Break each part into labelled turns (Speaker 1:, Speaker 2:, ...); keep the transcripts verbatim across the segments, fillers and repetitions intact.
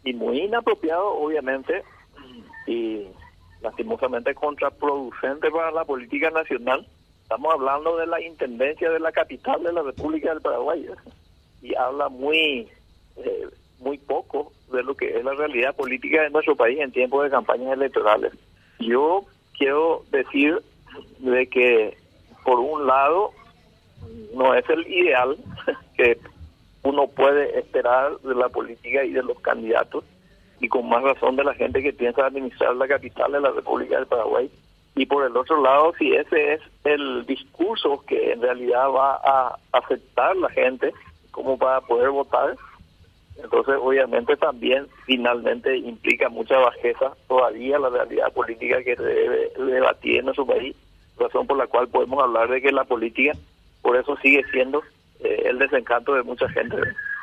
Speaker 1: y muy inapropiado, obviamente, y lastimosamente contraproducente para la política nacional. Estamos hablando de la intendencia de la capital de la República del Paraguay, ¿eh? Y habla muy eh, muy poco de lo que es la realidad política de nuestro país en tiempos de campañas electorales. Yo quiero decir de que, por un lado, no es el ideal que uno puede esperar de la política y de los candidatos, y con más razón de la gente que piensa administrar la capital de la República del Paraguay. Y por el otro lado, si ese es el discurso que en realidad va a aceptar la gente como para poder votar, entonces obviamente también finalmente implica mucha bajeza todavía la realidad política que se debe debatir en nuestro país, razón por la cual podemos hablar de que la política por eso sigue siendo eh, el desencanto de mucha gente.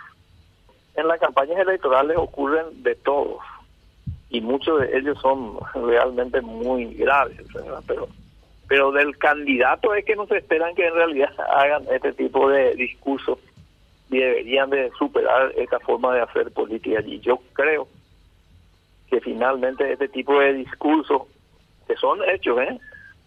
Speaker 1: En las campañas electorales ocurren de todos, y muchos de ellos son realmente muy graves, ¿verdad? Pero, pero del candidato es que no se esperan que en realidad hagan este tipo de discursos, y deberían de superar esta forma de hacer política. Y yo creo que finalmente este tipo de discursos, que son hechos, ¿eh?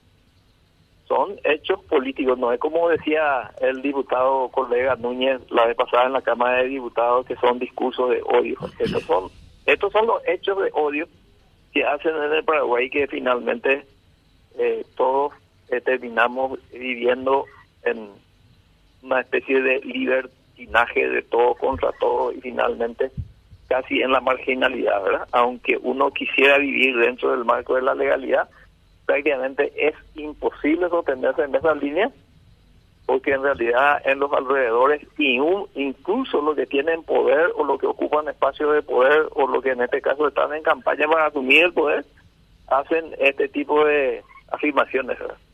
Speaker 1: son hechos políticos, no es como decía el diputado colega Núñez la vez pasada en la Cámara de Diputados, que son discursos de odio. Estos son, estos son los hechos de odio que hacen en el Paraguay, que finalmente eh, todos eh, terminamos viviendo en una especie de libertinaje de todo contra todo, y finalmente casi en la marginalidad, ¿verdad? Aunque uno quisiera vivir dentro del marco de la legalidad, prácticamente es imposible sostenerse en esa línea, porque en realidad en los alrededores, y un, incluso los que tienen poder o los que ocupan espacios de poder o los que en este caso están en campaña para asumir el poder, hacen este tipo de afirmaciones, ¿verdad?